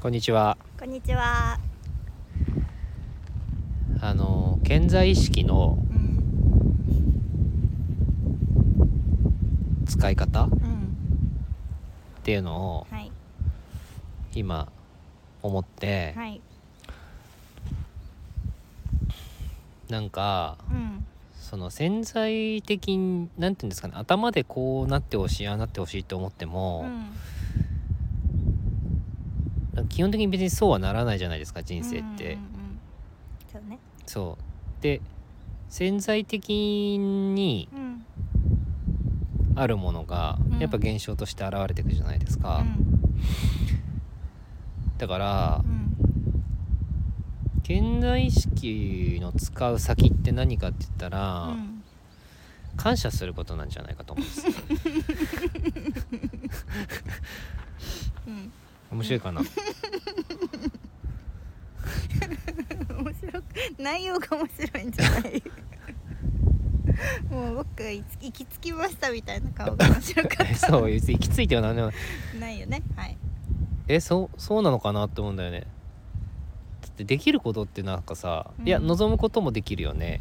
こんにちは。 こんにちは。 健在意識の使い方っていうのをはい。 今思って、 はい。 なんかうんその潜在的になんていうんですかね、頭でこうなってほしいああなってほしいって思っても、基本的に別にそうはならないじゃないですか、人生って。 そうね。 そうで、潜在的にあるものがやっぱ現象として現れてくるじゃないですか。だから健在意識の使う先って何かって言ったら、感謝することなんじゃないかと思うんですよ。面白いかな。 面白く内容が面白いんじゃないもう僕行き着きましたみたいな顔が面白かったそう、行き着いては何でもないよね。はい。 そうなのかなって思うんだよね。だってできることってなんかさ、いや望むこともできるよね。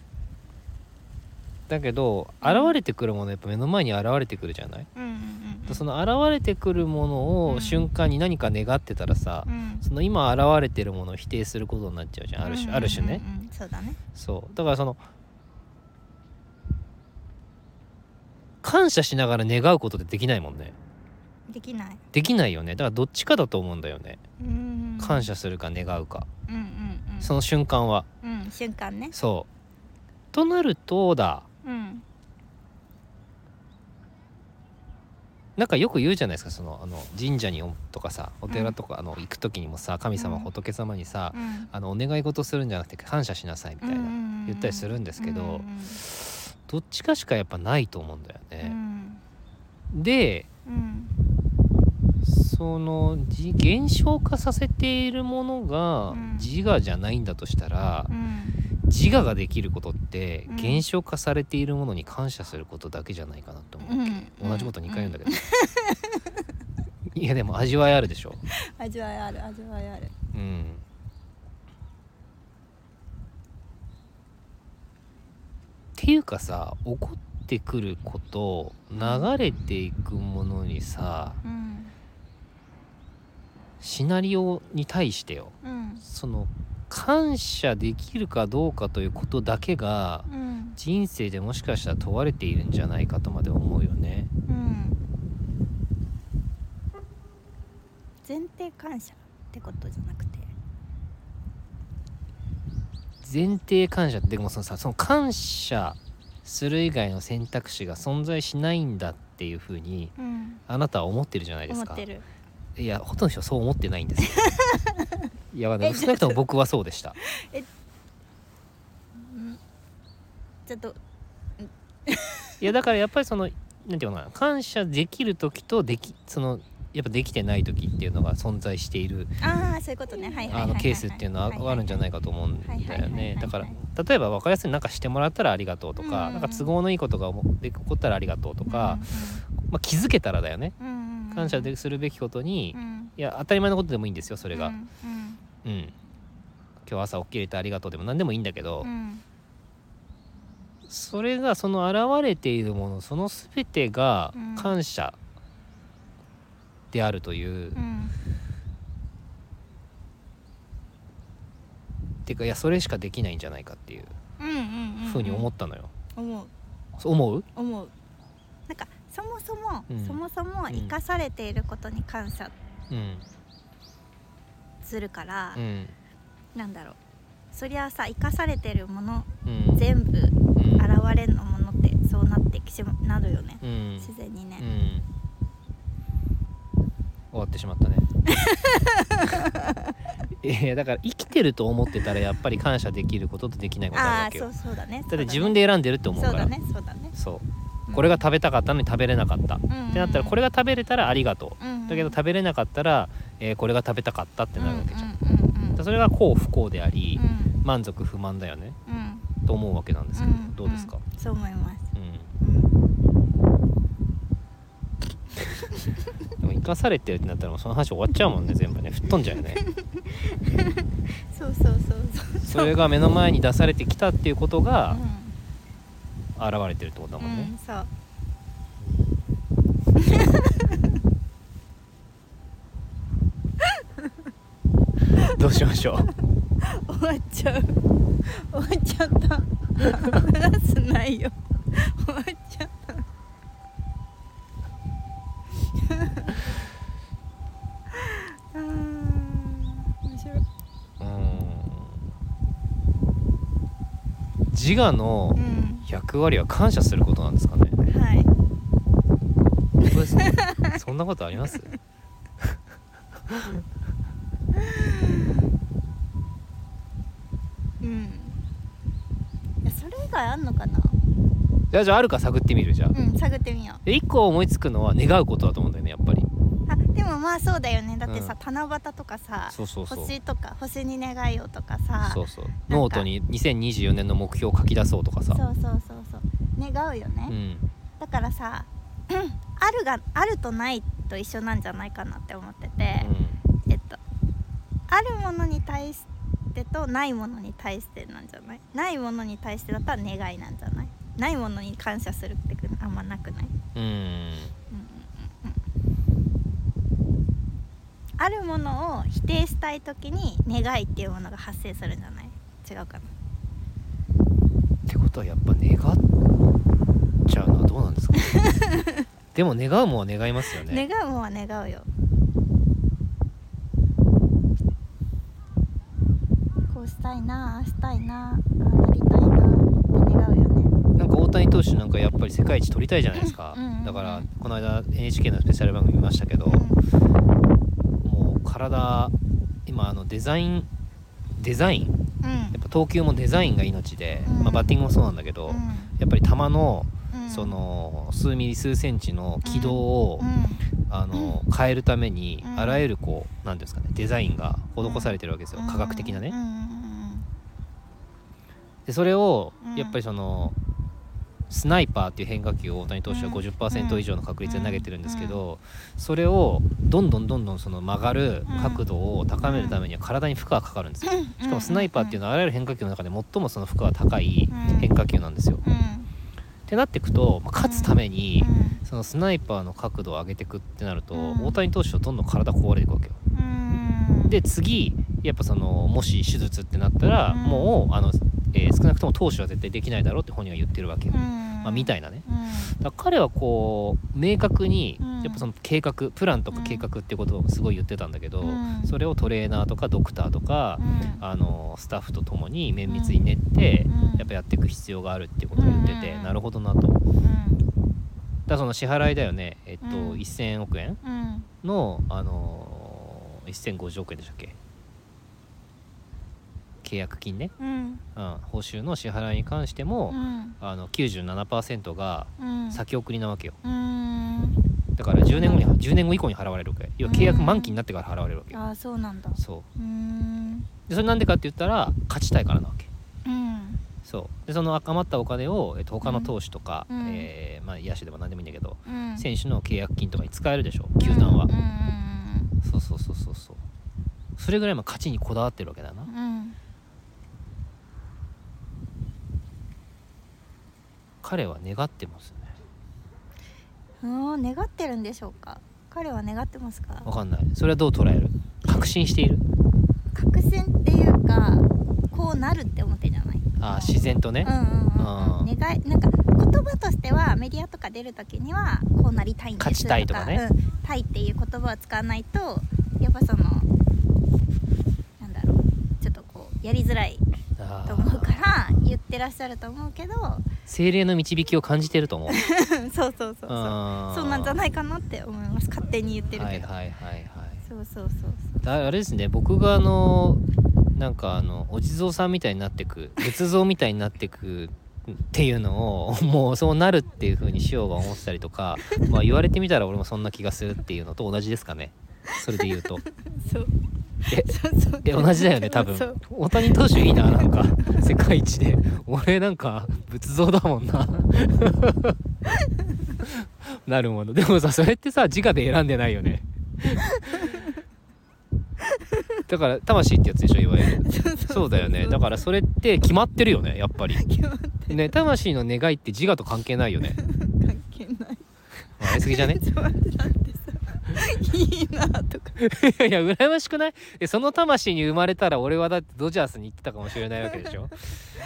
だけど現れてくるものやっぱ目の前に現れてくるじゃない。その現れてくるものを瞬間に何か願ってたらさ、その今現れてるものを否定することになっちゃうじゃん、ある種ね。 そうだね。 そうだからその感謝しながら願うことってできないもんね。 できない。 できないよね。だからどっちかだと思うんだよね。感謝するか願うか、その瞬間は、 瞬間ね。 そうとなるとなんかよく言うじゃないですか、その神社にとかさ、お寺とか行く時にもさ、神様、仏様にさ、お願い事するんじゃなくて感謝しなさいみたいな言ったりするんですけど、どっちかしかやっぱないと思うんだよね。で、その現象化させているものが自我じゃないんだとしたら、自我ができることって現象化されているものに感謝することだけじゃないかなと思うわけ。同じこと2回言うんだけど、いやでも味わいあるでしょ。 味わいある。 っていうかさ、起こってくること、流れていくものにさ、シナリオに対してよ、その感謝できるかどうかということだけが、人生でもしかしたら問われているんじゃないかとまで思うよね。 前提感謝ってことじゃなくて、 前提感謝って、でもその感謝する以外の選択肢が存在しないんだっていうふうに、あなたは思ってるじゃないですか。 思ってる。 いや、ほとんどの人はそう思ってないんですよ。いや、少なくとも僕はそうでした。 ちょっといやだからやっぱりそのなんていうのかな、感謝できる時とやっぱできてない時っていうのが存在している、 そういうことね。 ケースっていうのはあるんじゃないかと思うんだよね。だから例えば分かりやすい、なんかしてもらったらありがとうとか、なんか都合のいいことが起こったらありがとうとか、気づけたらだよね。感謝するべきことに、いや当たり前のことでもいいんですよ、それが。今日朝起きれてありがとうでも何でもいいんだけど、それがその現れているもの、その全てが感謝であるという、てか、いやそれしかできないんじゃないかっていうふうに思ったのよ。思うなんかそもそも生かされていることに感謝するから、なんだろう、そりゃさ、生かされてるもの、全部現れのものってそうなってなるよね、自然にね。 終わってしまったね。いやだから生きてると思ってたらやっぱり感謝できることとできないことあるわけよ。 そうだね。 だって自分で選んでるって思うから。そう、これが食べたかったのに食べれなかった、ってなったら、これが食べれたらありがとう、だけど食べれなかったら、これが食べたかったってなるわけじゃん。それが幸不幸であり、満足不満だよね、と思うわけなんですけど、どうですか？ そう思います。 でも生かされてるってなったらもうその話終わっちゃうもんね、全部ね、吹っ飛んじゃうよねそうそうそうそう、 それが目の前に出されてきたっていうことが現れてるってことだもんね、 そうどうしましょう終わっちゃう、終わっちゃった話すないよ、終わっちゃった面白い。 自我の役割は感謝することなんですかね、 はい、 本当ですかそんなことありますそれ以外あんのかな。 じゃああるか探ってみる。じゃあ、 探ってみよう。 で1個思いつくのは願うことだと思うんだよね、やっぱり。 でもまあそうだよね。だってさ、七夕とかさ、 そう星とか星に願いをとかさ、 そうノートに2024年の目標を書き出そうとかさ、 そう願うよね、だからさあるとないと一緒なんじゃないかなって思ってて、あるものに対してとないものに対してなんじゃない。ないものに対してだったら願いなんじゃない。ないものに感謝するってあんまなくない。あるものを否定したい時に願いっていうものが発生するんじゃない。違うかな。 ってことはやっぱ願っちゃうのはどうなんですかでも願うもんは願いますよね。 願うもんは願うよ。こうしたいな、ああしたいな、ああなりたいなって願うよね。 なんか大谷投手なんかやっぱり世界一取りたいじゃないですか、だからこの間 NHK のスペシャル番組見ましたけど、もう体今デザイン、やっぱ投球もデザインが命で、バッティングもそうなんだけど、やっぱり球のその数ミリ数センチの軌道を、変えるためにあらゆるこう何ですかね、デザインが施されてるわけですよ、科学的なね。でそれをやっぱりそのスナイパーっていう変化球を大谷投手は 50% 以上の確率で投げてるんですけど、それをどんどんその曲がる角度を高めるためには体に負荷がかかるんですよ。しかもスナイパーっていうのはあらゆる変化球の中で最もその負荷が高い変化球なんですよ。ってなっていくと、勝つためにそのスナイパーの角度を上げていくってなると、大谷投手はどんどん体壊れていくわけよ。で次やっぱそのもし手術ってなったら、もう少なくとも投手は絶対できないだろうって本人は言ってるわけよ、みたいなね。だから彼はこう明確にやっぱその計画、プランとか計画っていうことをすごい言ってたんだけど、それをトレーナーとかドクターとか、スタッフとともに綿密に練ってやっぱやっていく必要があるっていうことを言ってて、なるほどなと。だからその支払いだよね、1000億円の1050億円でしたっけ、契約金ね、報酬の支払いに関しても、97% が先送りなわけよ、だから10年後以降に払われるわけ。要は契約満期になってから払われるわけよ。 あ、そうなんだ。 そうでそれなんでかって言ったら勝ちたいからなわけ。そうでその余ったお金を、他の投手とか、野手でも何でもいいんだけど、選手の契約金とかに使えるでしょ、球団は。そうそれぐらい勝ちにこだわってるわけだな。彼は願ってますね。 願ってるんでしょうか。彼は願ってますか。 わかんない。それはどう捉える？確信している？ 確信っていうか、こうなるって思ってんじゃない？ 自然とね。 願い、なんか言葉としてはメディアとか出るときにはこうなりたいんですとか、 勝ちたいとかね、 たいっていう言葉を使わないと、やっぱそのなんだろう、ちょっとこうやりづらいと思うから言ってらっしゃると思うけど、 精霊の導きを感じてると思うそうそうなんじゃないかなって思います。勝手に言ってるけど。そうあれですね、僕がなんかお地蔵さんみたいになってく、仏像みたいになってくっていうのをもうそうなるっていう風にしようが思ってたりとか、言われてみたら俺もそんな気がするっていうのと同じですかね、それで言うと。そう同じだよね多分。大谷投手いいな、なんか世界一で。俺なんか仏像だもんななるもの。でもさ、それってさ自我で選んでないよね。 だから魂ってやつでしょ、いわゆる。そうだよね。だからそれって決まってるよね、やっぱり。 決まってるね、魂の願いって自我と関係ないよね。 関係ない。 やりすぎじゃね？ ちょっと待って、だってさ、いいなとか。 いや羨ましくない？その魂に生まれたら俺はだってドジャースに行ってたかもしれないわけでしょ。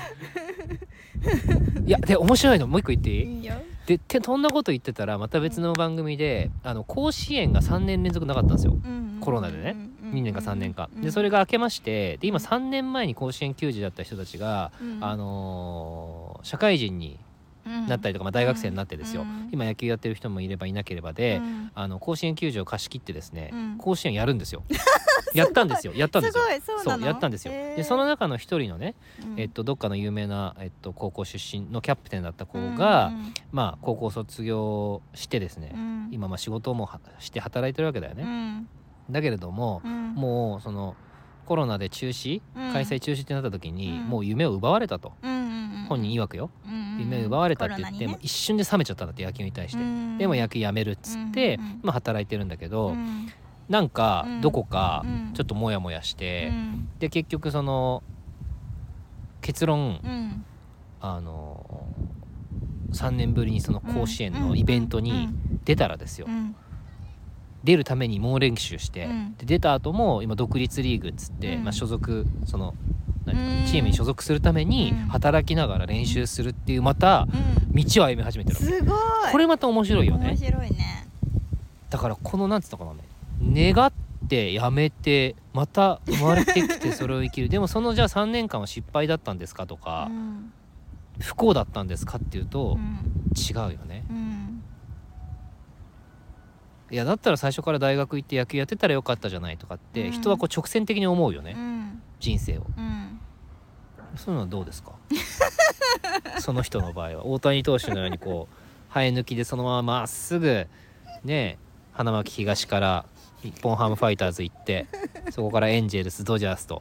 いやで面白いのもう一個言っていい？ いいよ。 でそんなこと言ってたらまた別の番組で甲子園が3年連続なかったんですよ、コロナでね。2年か3年かでそれが明けまして、で今3年前に甲子園球児だった人たちが、社会人になったりとか、まあ、大学生になってですよ、今野球やってる人もいればいなければで、甲子園球児を貸し切ってですね、甲子園やるんですよ。やったんですよ。やったんですよ。そうやったんですよ。でその中の一人のね、どっかの有名な、高校出身のキャプテンだった子が、まあ高校卒業してですね、今まあ仕事もして働いてるわけだよね。だけれども、もうそのコロナで中止、開催中止ってなった時に、もう夢を奪われたと、本人曰くよ、夢を奪われたって言って、もう一瞬で冷めちゃったんだって、野球に対して。でも野球やめるっつって、まあ、働いてるんだけど、なんかどこかちょっとモヤモヤして、で結局その結論、3年ぶりにその甲子園のイベントに出たらですよ、出るために猛練習して、で出た後も今独立リーグっつって、まあ、所属そのチームに所属するために働きながら練習するっていう、また道を歩み始めてるわけ。 すごい。 これまた面白いよね。 面白いね。 だからこのなんつったかな、願ってやめてまた生まれてきてそれを生きる。でもそのじゃあ3年間は失敗だったんですかとか、不幸だったんですかっていうと、違うよね。いやだったら最初から大学行って野球やってたらよかったじゃないとかって、人はこう直線的に思うよね、人生を。そういうのはどうですか？その人の場合は大谷投手のようにこう生え抜きでそのまままっすぐね、花巻東から日本ハムファイターズ行って、そこからエンジェルス、ドジャースと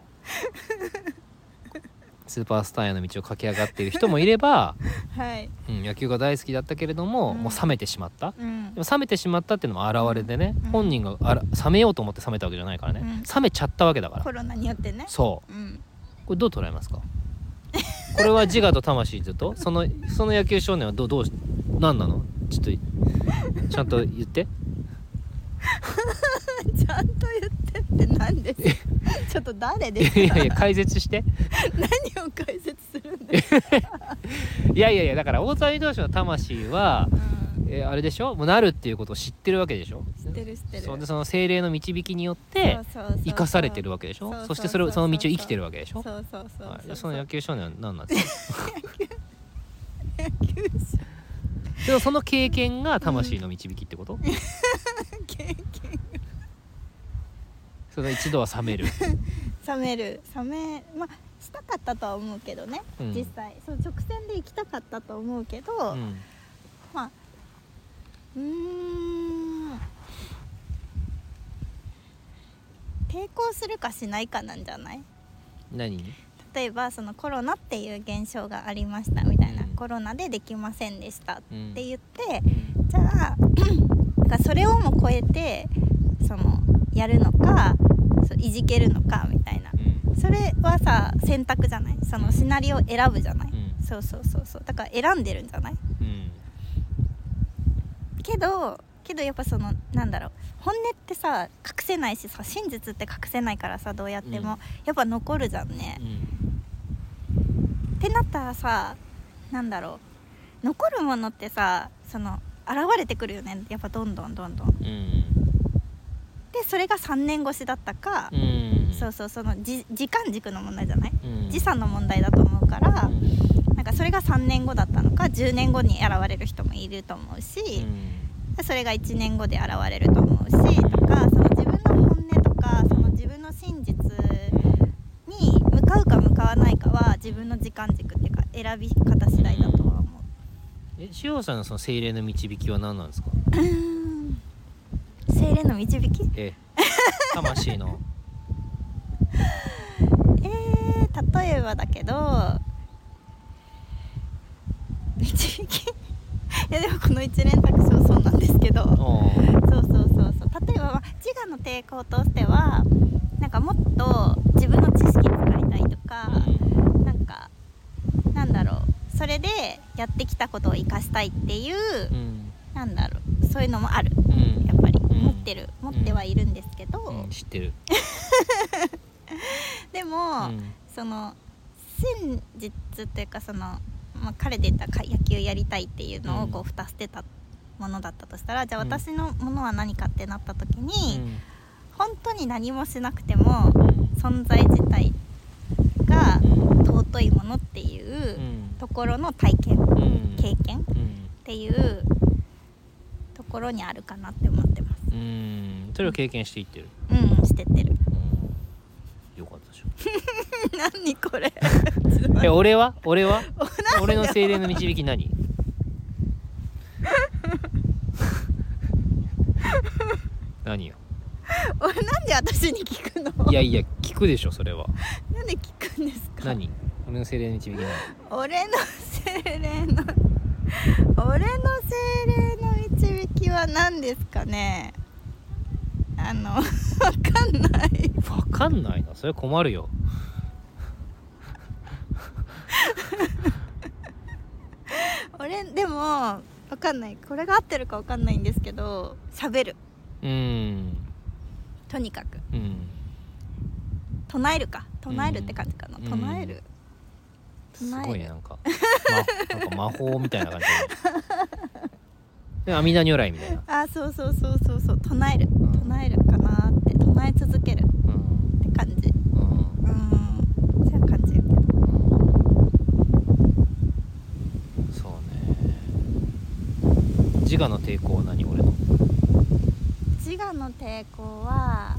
スーパースターへの道を駆け上がっている人もいれば、野球が大好きだったけれども、もう冷めてしまった、でも冷めてしまったっていうのも表れでね、本人が冷めようと思って冷めたわけじゃないからね、冷めちゃったわけだから、 コロナによってね。 そう、これどう捉えますか？これは自我と魂とその野球少年はどう何なの？ちょっとちゃんと言ってちゃんと言ってって何ですか？ちょっと誰ですか？ いや解説して。 何を解説するんですか？ いやだから大谷投手の魂は、あれでしょ、もうなるっていうことを知ってるわけでしょ。 知ってる。 そうでその精霊の導きによって生かされてるわけでしょ。そしてその道を生きてるわけでしょ。その野球少年は何なんですか？ 野球でもその経験が魂の導きってこと？ 経験その一度は冷めるまあしたかったとは思うけどね、実際そう直線で行きたかったと思うけど、まあ抵抗するかしないかなんじゃない？ 何に？ 例えばそのコロナっていう現象がありましたみたいな、コロナでできませんでしたって言って、じゃあなんかそれをも超えてそのやるのかいじけるのかみたいな、それはさ選択じゃない？そのシナリオを選ぶじゃない？そうだから選んでるんじゃない？けどやっぱそのなんだろう、本音ってさ隠せないしさ、真実って隠せないからさ、どうやっても、やっぱ残るじゃんね、ってなったらさ、なんだろう、残るものってさその現れてくるよね、やっぱどんどん、でそれが3年越しだったか、その時間軸の問題じゃない、時差の問題だと思うから、なんかそれが3年後だったのか10年後に現れる人もいると思うし、それが1年後で現れると思うしとか、その自分の本音とかその自分の真実に向かうか向かわないかは自分の時間軸っていうか選び方次第だとは思う。 しおさんのその精霊の導きは何なんですか？ 精霊の導き？ 魂の例えばだけど導きいやでもこの一連卓上そうなんですけけどそう例えば、自我の抵抗としてはなんかもっと自分の知識使いたいとか、なんだろう、それでやってきたことを生かしたいっていう、なんだろう、そういうのもある、やっぱり、持ってはいるんですけど、 知ってるでも、その真実というか、その、彼で言った野球やりたいっていうのをこう蓋捨てたものだったとしたら、じゃあ私のものは何かってなった時に、本当に何もしなくても存在自体が尊いものっていうところの体験、経験っていうところにあるかなって思ってます。 それを経験していってる。 してってる。 よかったでしょ何これ俺の精霊の導き何何よ。 俺なんで私に聞くの？ いや聞くでしょそれは。 なんで聞くんですか？ 何？俺の精霊の導き何？ 俺の精霊の導きは何ですかね。わかんないの？それ困るよ俺でもわかんない、これが合ってるかわかんないんですけど、喋る。とにかく、唱えるって感じかな。唱える、 すごいね、なんか魔法みたいな感じで阿弥陀如来みたいな。 そう唱えるかなって、唱え続けるって感じ。そういう感じやけど。 そうね。自我の抵抗は何？俺の自我の抵抗は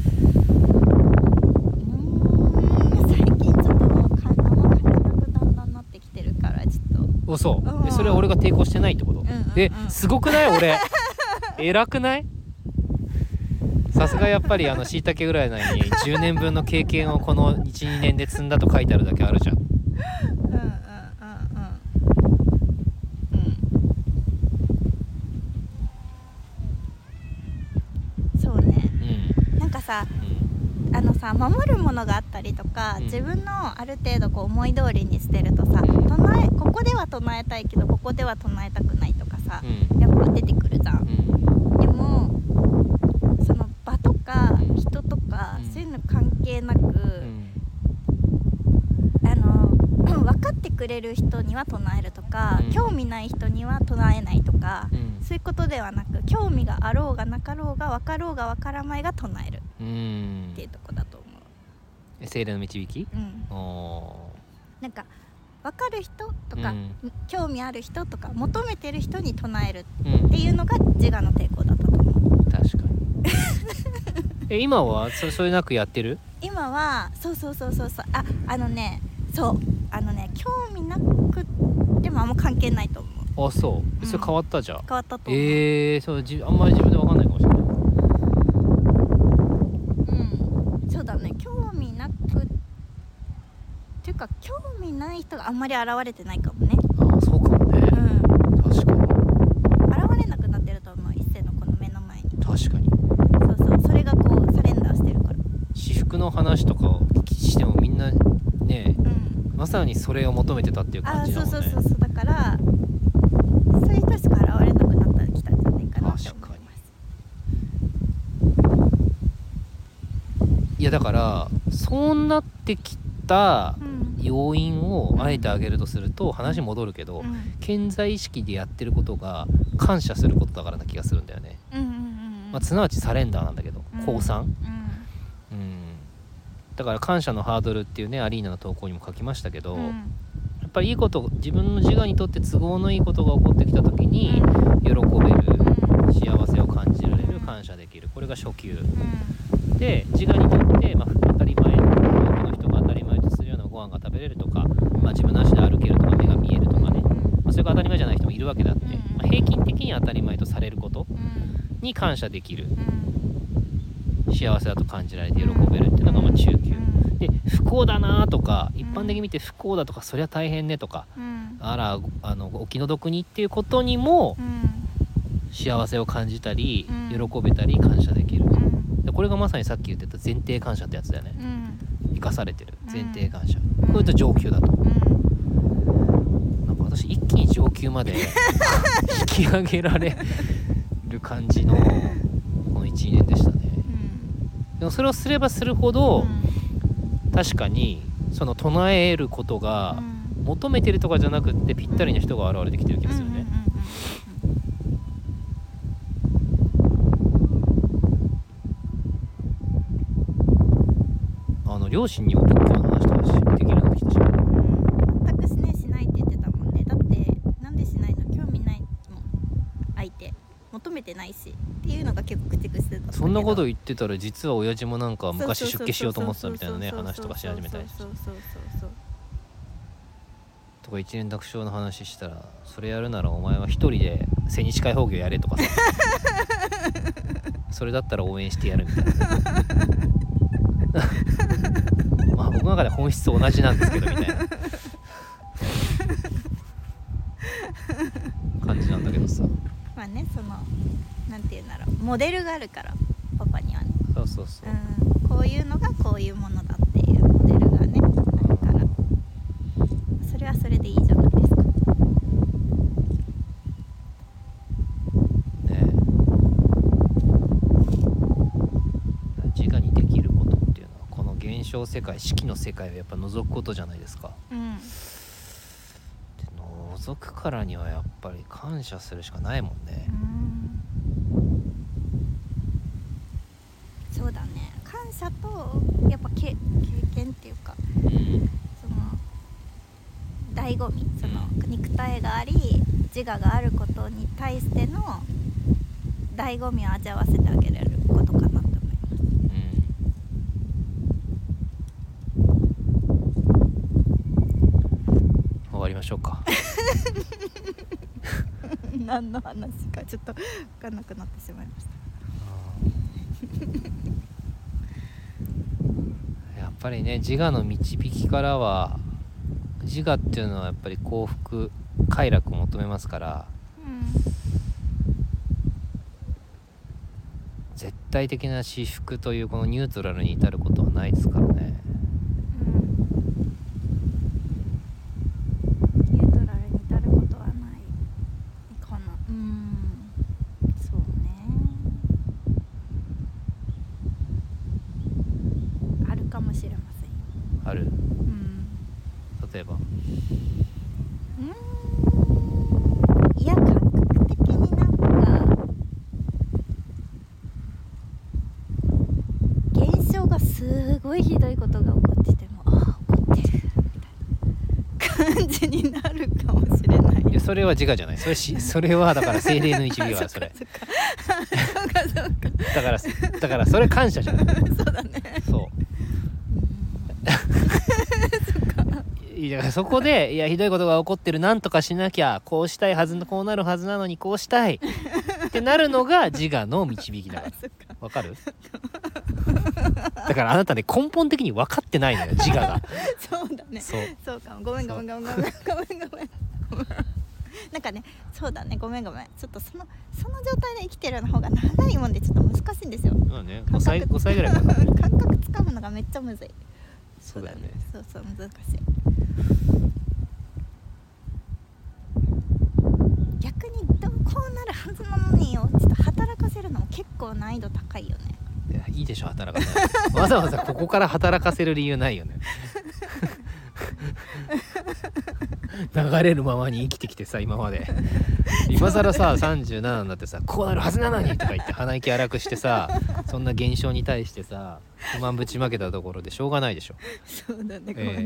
最近ちょっともう感じなくだんだんなってきてるから、ちょっと。 そうそれは俺が抵抗してないってこと？すごくない？俺偉くない？さすがやっぱりしいたけぐらいのに10年分の経験をこの 1,2 年で積んだと書いてあるだけあるじゃん。 そうね、なんかさ、守るものがあったりとか、自分のある程度こう思い通りにしてるとさ、ここでは唱えたいけどここでは唱えたくないとかさ、やっぱ出てくるじゃん。でもその場とか人とか、そういうの関係なく、分かってくれる人には唱えるとか、興味ない人には唱えないとか、そういうことではなく、興味があろうがなかろうが分かろうが分からまいが唱えるっていうとこだと思う。 精霊の導き？ なんか分かる人とか、興味ある人とか求めてる人に唱えるっていうのが自我の抵抗だったと思う。 確かに今はそれなくやってる？ 今はそう興味なくてもあんま関係ないと思う。 そう、それ変わったじゃん。 変わったと思う。 そうあんまり自分で分かんないかもしれない。 そうだね、興味なくっていうか、興味ない人があんまり現れてないかもね。 そうかもね。確かに現れなくなってると思う、一斉のこの目の前に。 確かにそれがこうサレンダーしてるから。 私服の話とかをしてもみんなね、まさにそれを求めてたっていう感じだもんね。 そうだからそういう人しか現れなくなったら来たんじゃないかなって思います。 いやだからそうなってきた要因をあえて挙げるとすると、話戻るけど、顕在意識でやってることが感謝することだからな気がするんだよね。すなわちサレンダーなんだけど、降参、だから感謝のハードルっていうね、アリーナの投稿にも書きましたけど、やっぱりいいこと、自分の自我にとって都合のいいことが起こってきた時に喜べる、幸せを感じられる、感謝できる、これが初級で、自我にとって、当たり前、多くの人が当たり前とするようなご飯が食べれるとか、自分の足で歩けるとか、目が見えるとかね、それが当たり前じゃない人もいるわけであって、平均的に当たり前とされることに感謝できる、幸せだと感じられて喜べるっていうのが中級で、不幸だなとか、一般的に見て不幸だとか、そりゃ大変ねとか、お気の毒にっていうことにも幸せを感じたり、 うん、 喜べたり感謝できる、 うん、 でこれがまさにさっき言ってた前提感謝ってやつだよね、 うん、 生かされてる前提感謝、 うん、 これと上級だと、 うん、 なんか私一気に上級まで引き上げられる感じのこの 1,2 年でしたね、 うん、 でもそれをすればするほど、 うん、 確かにその唱えることが求めてるとかじゃなくってぴったりな人が現れてきてる気がするね、両親にも仏教の話とかできるようになってきたし、 全くしないって言ってたもんね。だってなんでしないの、興味ないもん、相手求めてないしっていうのが結構口癖だったけど、 そんなこと言ってたら実は親父もなんか昔出家しようと思ってたみたいなね話とかし始めたりとか、一年諾生の話したら、それやるならお前は一人で千日開放業やれとかさそれだったら応援してやるみたいなまあ僕の中で本質同じなんですけどみたいな感じなんだけどさ、 まあね、そのなんていうんだろう、モデルがあるからパパにはね、 そうそうそう、 こういうのがこういうものだっていうモデルがねあるから、それはそれでいいじゃないですか。 ね、自我にできることっていうのはこの現象世界、色の世界をやっぱ覗くことじゃないですか、 うん、 で覗くからにはやっぱり感謝するしかないもんね、 そうだね、感謝とやっぱ経験っていうか、その醍醐味、その肉体があり自我があることに対しての醍醐味を味わわせてあげれることかなと思います。 終わりましょうか何の話かちょっと分かんなくなってしまいました。 やっぱりね、自我の導きからは、自我っていうのはやっぱり幸福快楽を求めますから、絶対的な至福というこのニュートラルに至ることはないですからね、 ニュートラルに至ることはないかな。そうね、あるかもしれません。 ある、例えばいや、感覚的になんか現象がすごいひどいことが起こってても、起こってるみたいな感じになるかもしれない。 いや、それは自我じゃない、それはだから精霊の導きがそれそうかだからそれ感謝じゃないそうだね、 そういや、そこで、いやひどいことが起こってる、なんとかしなきゃ、こうしたいはず、こうなるはずなのにこうしたいってなるのが自我の導きだからわかる？だからあなたね、根本的に分かってないのよ、自我がそうだね、そうかも、ごめんなんかね、そうだね、ごめんちょっとその状態で生きてるの方が長いもんでちょっと難しいんですよ。 まあね、5歳ぐらいかな感覚つかむのがめっちゃむずい。 そうだよね、 そう難しい。逆にこうなるはずなのにをちょっと働かせるのも結構難易度高いよね。 いや、いいでしょ、働かせないわざわざここから働かせる理由ないよね流れるままに生きてきてさ、今まで今更さ37になってさ、こうなるはずなのにとか言って鼻息荒くしてさ、そんな現象に対してさ不満ぶちまけたところでしょうがないでしょ。 そうだね、ごめん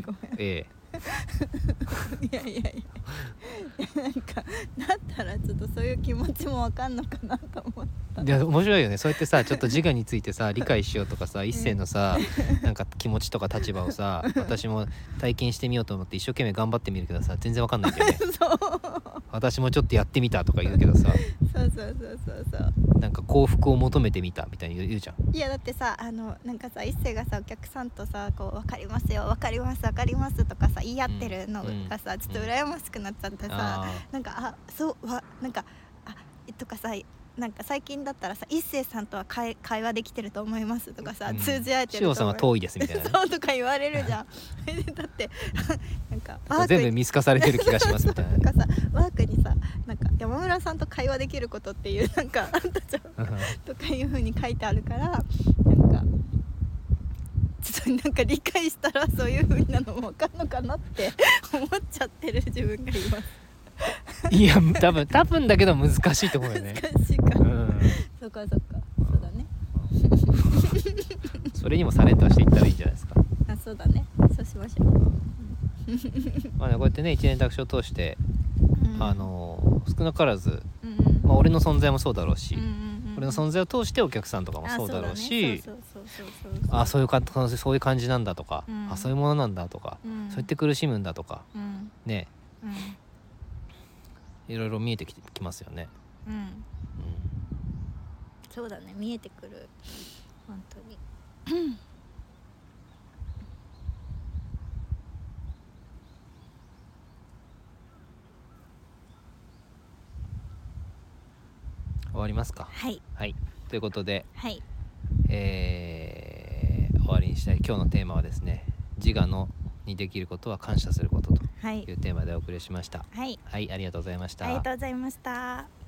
いやなんかだったらちょっとそういう気持ちもわかんのかなと思った。 いや面白いよね、そうやってさ、ちょっと自我についてさ理解しようとかさ、一世のさなんか気持ちとか立場をさ私も体験してみようと思って一生懸命頑張ってみるけどさ、全然わかんないんだよねそう私もちょっとやってみたとか言うけどさ、 そうなんか幸福を求めてみたみたいに言うじゃん。 いやだってさ、なんかさ、一世がさお客さんとさこう分かりますよ、分かりますとかさ言い合ってるのがさ、ちょっと羨ましくなっちゃってさ、なんかそうなんかとかさなんか最近だったらさ、一星さんとは会話できてると思いますとかさ、通じ合えてると思います。 しおさんは遠いですみたいな、ね、 そうとか言われるじゃんだってなんか全部見透かされてる気がしますみたいな、ね、 なんかさワークにさ、なんか山村さんと会話できることっていうなんかあんたちゃんとかいう風に書いてあるから、なんかちょっとなんか理解したらそういう風なのも分かんのかなって思っちゃってる自分がいますいや多分だけど難しいと思うよね。 難しいか、そっかそうだねそれにもサレントしていったらいいんじゃないですか。 あ、そうだね、そうしましょうまあね、こうやってね一年託児を通して、少なからず、俺の存在もそうだろうし、俺の存在を通してお客さんとかもそうだろうし、そういう感じなんだとか、そういうものなんだとか、そうやって苦しむんだとか、ね、いろいろ見えてきますよね。 そうだね、見えてくる、本当に終わりますか。 はい、 はい、ということで、 はい、 終わりにしたい。今日のテーマはですね、自我にできることは感謝することというテーマでお送りしました。 はい、 はい、ありがとうございました。 ありがとうございました。